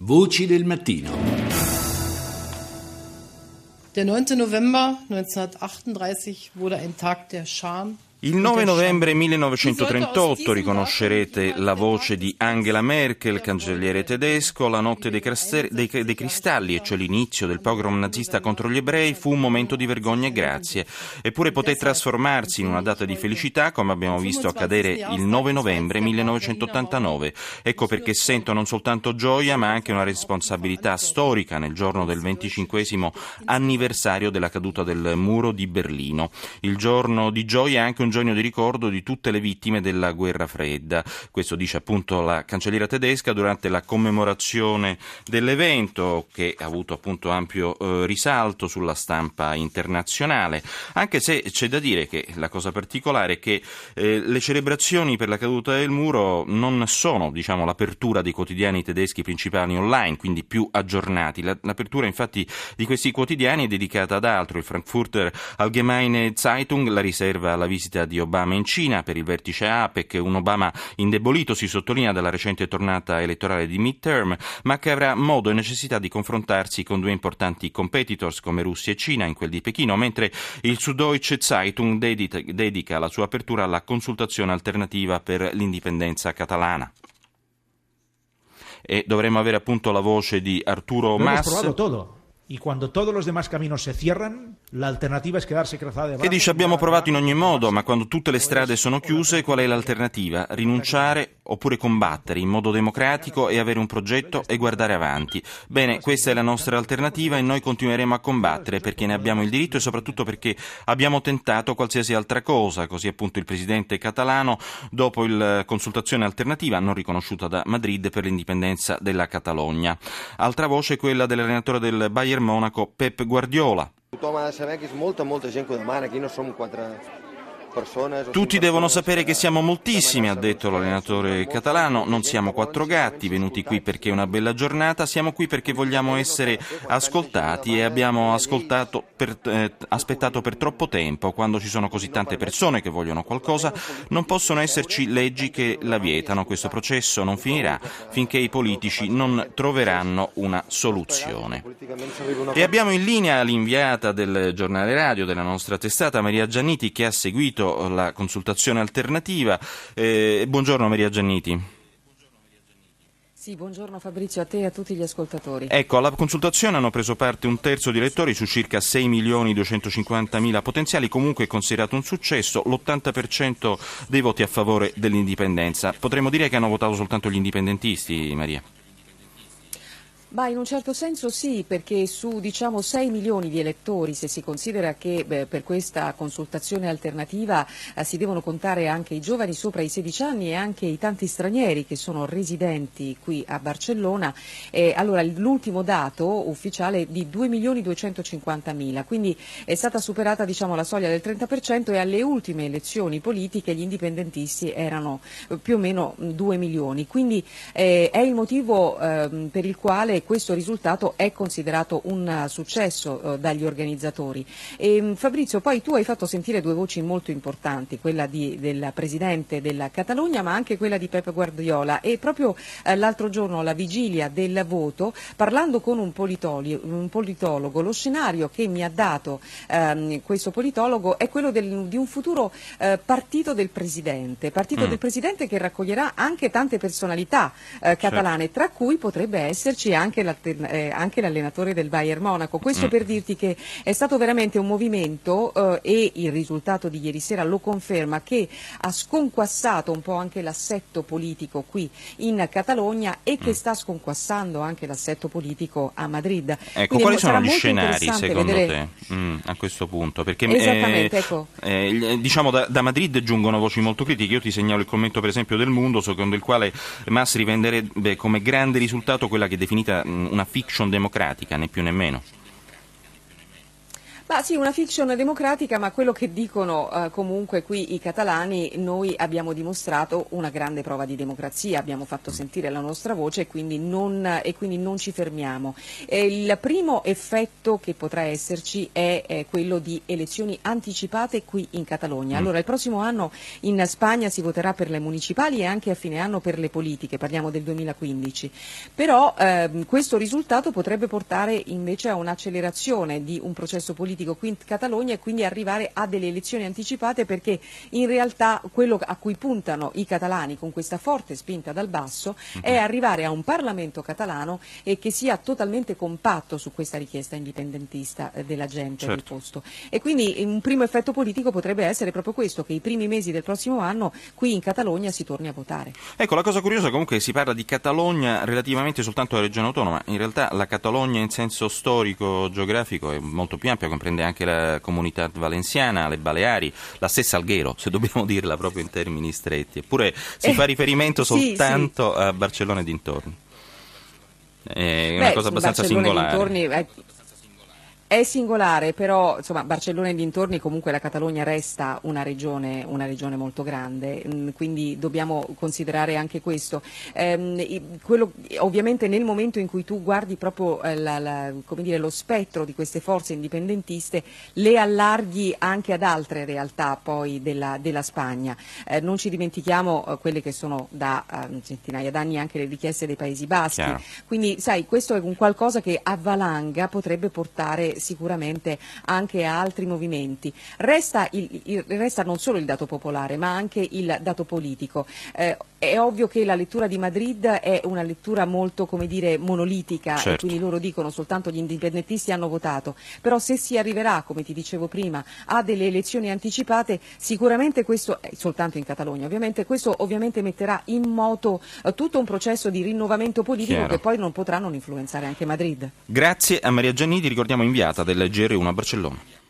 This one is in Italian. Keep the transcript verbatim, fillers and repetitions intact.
Voci del mattino. Der neunte November neunzehnhundertachtunddreißig wurde ein Tag der Scham. Il nove novembre millenovecentotrentotto riconoscerete la voce di Angela Merkel, cancelliere tedesco. La notte dei, craster- dei, dei cristalli, e cioè l'inizio del pogrom nazista contro gli ebrei, fu un momento di vergogna e grazie. Eppure poté trasformarsi in una data di felicità, come abbiamo visto accadere il nove novembre millenovecentottantanove. Ecco perché sento non soltanto gioia, ma anche una responsabilità storica nel giorno del venticinquesimo anniversario della caduta del muro di Berlino. Il giorno di gioia è anche un un giorno di ricordo di tutte le vittime della guerra fredda. Questo dice appunto la cancelliera tedesca durante la commemorazione dell'evento, che ha avuto appunto ampio eh, risalto sulla stampa internazionale, anche se c'è da dire che la cosa particolare è che eh, le celebrazioni per la caduta del muro non sono, diciamo, l'apertura dei quotidiani tedeschi principali online, quindi più aggiornati. La, l'apertura infatti di questi quotidiani è dedicata ad altro. Il Frankfurter Allgemeine Zeitung la riserva alla visita di Obama in Cina per il vertice APEC, un Obama indebolito, si sottolinea, dalla recente tornata elettorale di midterm, ma che avrà modo e necessità di confrontarsi con due importanti competitors come Russia e Cina in quel di Pechino, mentre il Süddeutsche Zeitung dedica, dedica la sua apertura alla consultazione alternativa per l'indipendenza catalana. E dovremmo avere appunto la voce di Arturo Mas. Y cuando todos los demás caminos se cierran, la alternativa es quedarse cruzada de brazos. Che dice: abbiamo provato in ogni modo, ma quando tutte le strade sono chiuse, qual è l'alternativa? Rinunciare oppure combattere in modo democratico e avere un progetto e guardare avanti. Bene, questa è la nostra alternativa e noi continueremo a combattere perché ne abbiamo il diritto e soprattutto perché abbiamo tentato qualsiasi altra cosa. Così appunto il presidente catalano dopo la consultazione alternativa non riconosciuta da Madrid per l'indipendenza della Catalogna. Altra voce è quella dell'allenatore del Bayern Monaco, Pep Guardiola. Tothom ha de saber que és molta, molta gent que ho demana. Aquí no som quatre persones. Tutti devono sapere che siamo moltissimi, ha detto l'allenatore catalano. Non siamo quattro gatti venuti qui perché è una bella giornata, siamo qui perché vogliamo essere ascoltati e abbiamo ascoltato per, eh, aspettato per troppo tempo. Quando ci sono così tante persone che vogliono qualcosa, non possono esserci leggi che la vietano. Questo processo non finirà finché i politici non troveranno una soluzione. E abbiamo in linea l'inviata del giornale radio della nostra testata, Maria Gianniti, che ha seguito la consultazione alternativa. Eh, buongiorno Maria Gianniti. Sì, buongiorno Fabrizio, a te e a tutti gli ascoltatori. Ecco, alla consultazione hanno preso parte un terzo di elettori su circa sei milioni duecentocinquantamila potenziali, comunque è considerato un successo, l'ottanta per cento dei voti a favore dell'indipendenza. Potremmo dire che hanno votato soltanto gli indipendentisti, Maria? Ma in un certo senso sì, perché su diciamo sei milioni di elettori, se si considera che beh, per questa consultazione alternativa eh, si devono contare anche i giovani sopra i sedici anni e anche i tanti stranieri che sono residenti qui a Barcellona, eh, allora l'ultimo dato ufficiale è di due milioni duecentocinquantamila, quindi è stata superata diciamo la soglia del trenta per cento e alle ultime elezioni politiche gli indipendentisti erano eh, più o meno due milioni, quindi eh, è il motivo eh, per il quale questo risultato è considerato un successo eh, dagli organizzatori. E, Fabrizio, poi tu hai fatto sentire due voci molto importanti, quella di, del presidente della Catalogna ma anche quella di Pep Guardiola, e proprio eh, l'altro giorno alla vigilia del voto, parlando con un, politoli, un politologo, lo scenario che mi ha dato ehm, questo politologo è quello del, di un futuro eh, partito del presidente, partito mm. del presidente che raccoglierà anche tante personalità eh, catalane, certo, tra cui potrebbe esserci anche Anche, eh, anche l'allenatore del Bayern Monaco. Questo mm. per dirti che è stato veramente un movimento eh, e il risultato di ieri sera lo conferma, che ha sconquassato un po' anche l'assetto politico qui in Catalogna e che mm. sta sconquassando anche l'assetto politico a Madrid. Ecco, quindi quali sono gli scenari secondo vedere... te mm, a questo punto? Perché Esattamente, eh, ecco. eh, diciamo da, da Madrid giungono voci molto critiche. Io ti segnalo il commento per esempio del Mundo, secondo il quale Mas rivenderebbe come grande risultato quella che è definita una fiction democratica, né più né meno. Ma sì, una fiction democratica, ma quello che dicono eh, comunque qui i catalani, noi abbiamo dimostrato una grande prova di democrazia, abbiamo fatto sentire la nostra voce e quindi non, e quindi non ci fermiamo. Eh, il primo effetto che potrà esserci è eh, quello di elezioni anticipate qui in Catalogna. Allora, il prossimo anno in Spagna si voterà per le municipali e anche a fine anno per le politiche, parliamo del duemilaquindici, però ehm, questo risultato potrebbe portare invece a un'accelerazione di un processo politico qui in Catalogna e quindi arrivare a delle elezioni anticipate, perché in realtà quello a cui puntano i catalani con questa forte spinta dal basso è arrivare a un Parlamento catalano e che sia totalmente compatto su questa richiesta indipendentista eh, della gente certo. del posto. E quindi un primo effetto politico potrebbe essere proprio questo, che i primi mesi del prossimo anno qui in Catalogna si torni a votare. Ecco, la cosa curiosa comunque è che si parla di Catalogna relativamente soltanto alla regione autonoma, in realtà la Catalogna in senso storico, geografico è molto più ampia, comprende anche la Comunità Valenciana, le Baleari, la stessa Alghero, se dobbiamo dirla proprio in termini stretti, eppure si eh, fa riferimento sì, soltanto sì. a Barcellona e dintorni. È una Beh, cosa abbastanza Barcellona singolare. E dintorni, eh, È singolare, però insomma Barcellona e dintorni, comunque la Catalogna resta una regione, una regione molto grande, quindi dobbiamo considerare anche questo. Ehm, quello, ovviamente nel momento in cui tu guardi proprio eh, la, la, come dire, lo spettro di queste forze indipendentiste, le allarghi anche ad altre realtà poi della, della Spagna. Eh, non ci dimentichiamo eh, quelle che sono da eh, centinaia d'anni anche le richieste dei Paesi Baschi. Chiaro. Quindi sai, questo è un qualcosa che a valanga potrebbe portare sicuramente anche a altri movimenti. Resta, il, il, resta non solo il dato popolare ma anche il dato politico. Eh, è ovvio che la lettura di Madrid è una lettura molto, come dire, monolitica, certo. E quindi loro dicono soltanto gli indipendentisti hanno votato, però se si arriverà, come ti dicevo prima, a delle elezioni anticipate, sicuramente questo, eh, soltanto in Catalogna ovviamente, questo ovviamente metterà in moto eh, tutto un processo di rinnovamento politico Chiaro. Che poi non potrà non influenzare anche Madrid. Grazie a Maria Gianniti, ricordiamo inviata del G R uno a Barcellona.